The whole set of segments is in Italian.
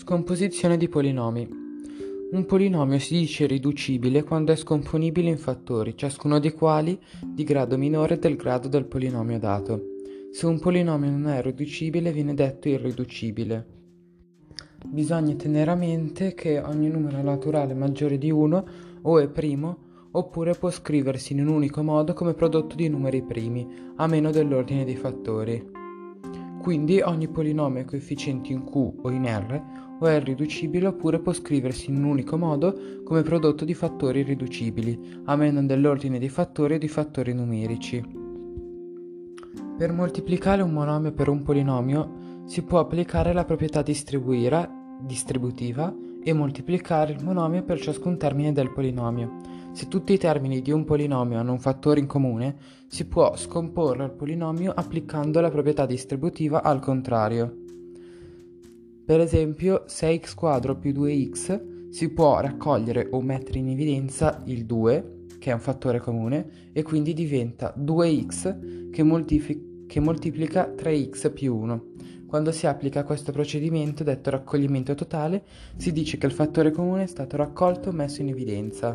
Scomposizione di polinomi. Un polinomio si dice riducibile quando è scomponibile in fattori, ciascuno dei quali di grado minore del grado del polinomio dato. Se un polinomio non è riducibile viene detto irriducibile. Bisogna tenere a mente che ogni numero naturale maggiore di 1 o è primo oppure può scriversi in un unico modo come prodotto di numeri primi, a meno dell'ordine dei fattori. Quindi ogni polinomio ha coefficienti in Q o in R o è irriducibile oppure può scriversi in un unico modo come prodotto di fattori irriducibili, a meno dell'ordine dei fattori o di fattori numerici. Per moltiplicare un monomio per un polinomio si può applicare la proprietà distributiva e moltiplicare il monomio per ciascun termine del polinomio. Se tutti i termini di un polinomio hanno un fattore in comune, si può scomporre il polinomio applicando la proprietà distributiva al contrario. Per esempio, se x quadro più 2x si può raccogliere o mettere in evidenza il 2, che è un fattore comune, e quindi diventa 2x che moltiplica 3x più 1. Quando si applica questo procedimento, detto raccoglimento totale, si dice che il fattore comune è stato raccolto o messo in evidenza.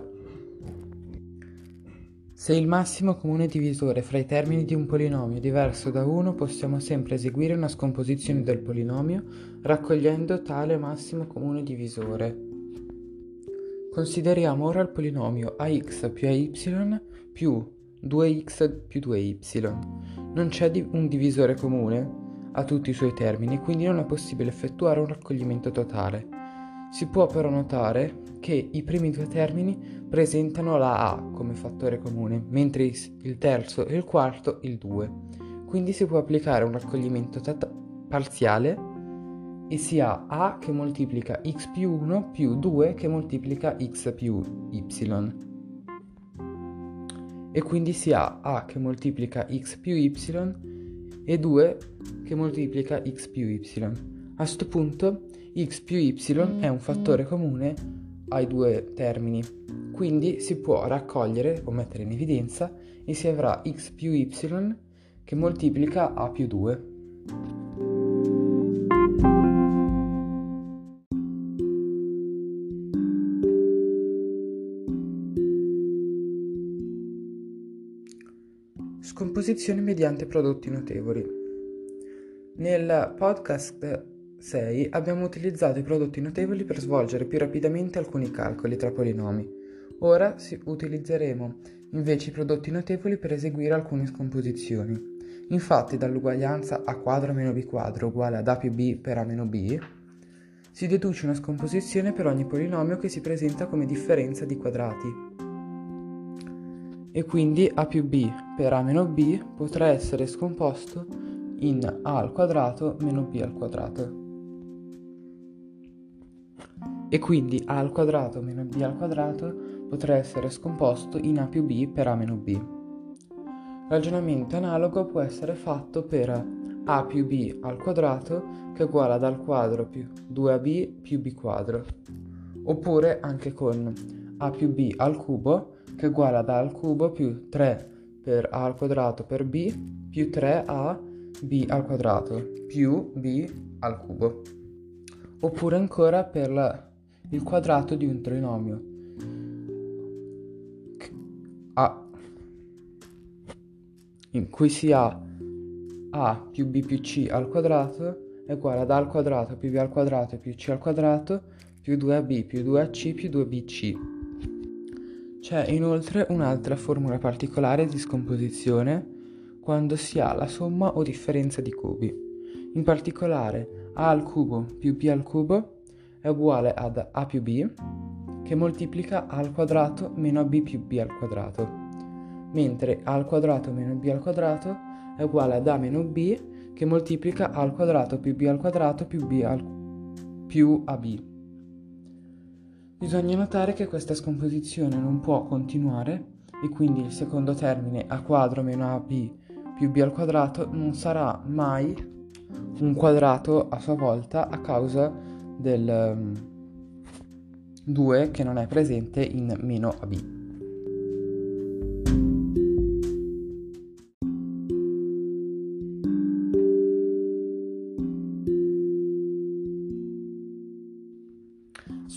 Se il massimo comune divisore fra i termini di un polinomio è diverso da 1, possiamo sempre eseguire una scomposizione del polinomio raccogliendo tale massimo comune divisore. Consideriamo ora il polinomio ax più ay più 2x più 2y. Non c'è un divisore comune a tutti i suoi termini, quindi non è possibile effettuare un raccoglimento totale. Si può però notare che i primi due termini presentano la a come fattore comune, mentre il terzo e il quarto il 2. Quindi si può applicare un raccoglimento parziale e si ha a che moltiplica x più 1 più 2 che moltiplica x più y. E quindi si ha a che moltiplica x più y e 2 che moltiplica x più y. A questo punto x più y è un fattore comune ai due termini, quindi si può raccogliere o mettere in evidenza e si avrà x più y che moltiplica a più 2. Scomposizione mediante prodotti notevoli. Nel podcast 6 abbiamo utilizzato i prodotti notevoli per svolgere più rapidamente alcuni calcoli tra polinomi. Ora utilizzeremo invece i prodotti notevoli per eseguire alcune scomposizioni. Infatti dall'uguaglianza a quadro meno b quadro uguale ad a più b per a meno b si deduce una scomposizione per ogni polinomio che si presenta come differenza di quadrati. E quindi a più b per a meno b potrà essere scomposto in a al quadrato meno b al quadrato. E quindi a al quadrato meno b al quadrato potrà essere scomposto in a più b per a meno b. Ragionamento analogo può essere fatto per a più b al quadrato che è uguale ad a al quadro più 2ab più b quadro. Oppure anche con a più b al cubo che è uguale ad a al cubo più 3 per a al quadrato per b più 3a b al quadrato più b al cubo. Oppure ancora per il quadrato di un trinomio a in cui si ha a più b più c al quadrato è uguale ad a al quadrato più b al quadrato più c al quadrato più 2ab più 2ac più 2bc. C'è inoltre un'altra formula particolare di scomposizione quando si ha la somma o differenza di cubi. In particolare a al cubo più b al cubo è uguale ad a più b che moltiplica a al quadrato meno ab più b al quadrato, mentre a al quadrato meno b al quadrato è uguale ad a meno b che moltiplica a al quadrato più b al quadrato più ab. Bisogna notare che questa scomposizione non può continuare e quindi il secondo termine a quadro meno ab più b al quadrato non sarà mai un quadrato a sua volta a causa del 2 che non è presente in meno ab.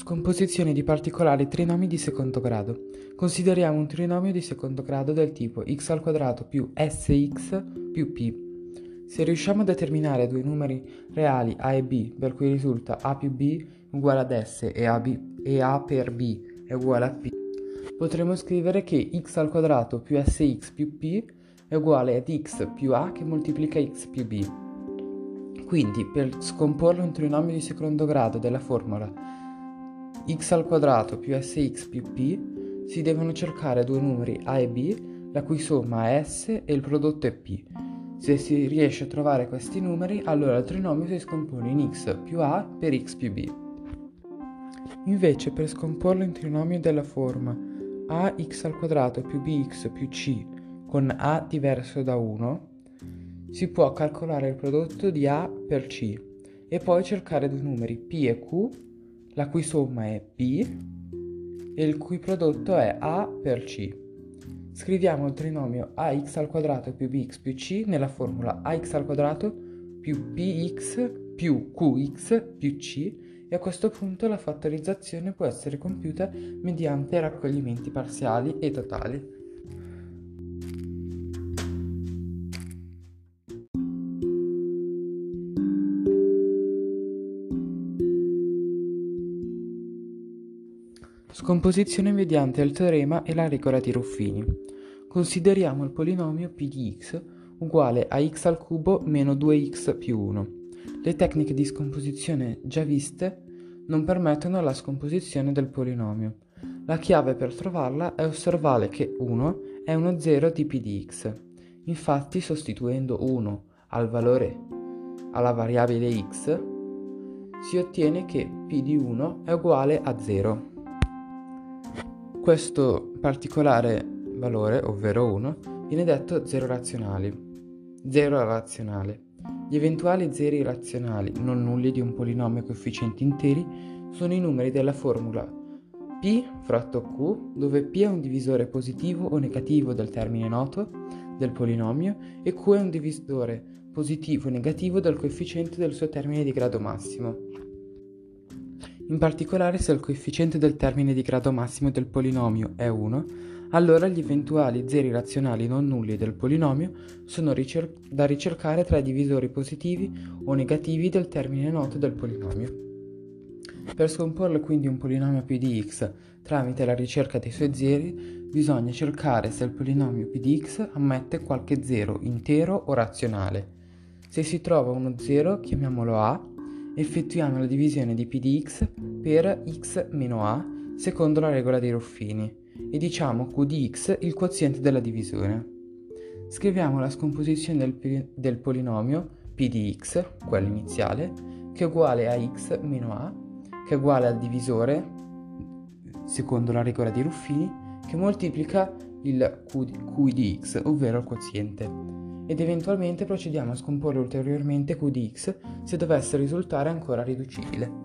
Scomposizione di particolari trinomi di secondo grado. Consideriamo un trinomio di secondo grado del tipo x al quadrato più sx più p. Se riusciamo a determinare due numeri reali a e b, per cui risulta a più b uguale ad s e a per b è uguale a p, potremo scrivere che x al quadrato più sx più p è uguale ad x più a che moltiplica x più b. Quindi, per scomporre un trinomio di secondo grado della formula x al quadrato più sx più p, si devono cercare due numeri a e b, la cui somma è s e il prodotto è p. Se si riesce a trovare questi numeri, allora il trinomio si scompone in x più a per x più b. Invece, per scomporlo in trinomio della forma ax al quadrato più bx più c con a diverso da 1, si può calcolare il prodotto di a per c e poi cercare due numeri p e q, la cui somma è p e il cui prodotto è a per c. Scriviamo il trinomio ax al quadrato più bx più c nella formula ax al quadrato più px più qx più c, e a questo punto la fattorizzazione può essere compiuta mediante raccoglimenti parziali e totali. Scomposizione mediante il teorema e la regola di Ruffini. Consideriamo il polinomio p di x uguale a x al cubo meno 2x più 1. Le tecniche di scomposizione già viste non permettono la scomposizione del polinomio. La chiave per trovarla è osservare che 1 è uno zero di p di x. Infatti, sostituendo 1 alla variabile x, si ottiene che p di 1 è uguale a 0. Questo particolare valore, ovvero 1, viene detto zero razionale. Gli eventuali zeri razionali non nulli di un polinomio a coefficienti interi sono i numeri della formula p fratto q, dove p è un divisore positivo o negativo del termine noto del polinomio e q è un divisore positivo o negativo del coefficiente del suo termine di grado massimo. In particolare, se il coefficiente del termine di grado massimo del polinomio è 1, allora gli eventuali zeri razionali non nulli del polinomio sono da ricercare tra i divisori positivi o negativi del termine noto del polinomio. Per scomporre quindi un polinomio p di x tramite la ricerca dei suoi zeri, bisogna cercare se il polinomio p di x ammette qualche zero intero o razionale. Se si trova uno zero, chiamiamolo a, effettuiamo la divisione di p di x per x meno a secondo la regola dei Ruffini e diciamo q di x il quoziente della divisione. Scriviamo la scomposizione del polinomio p di x, quello iniziale, che è uguale a x meno a, che è uguale al divisore, secondo la regola dei Ruffini, che moltiplica il q di x, ovvero il quoziente. Ed eventualmente procediamo a scomporre ulteriormente q di x se dovesse risultare ancora riducibile.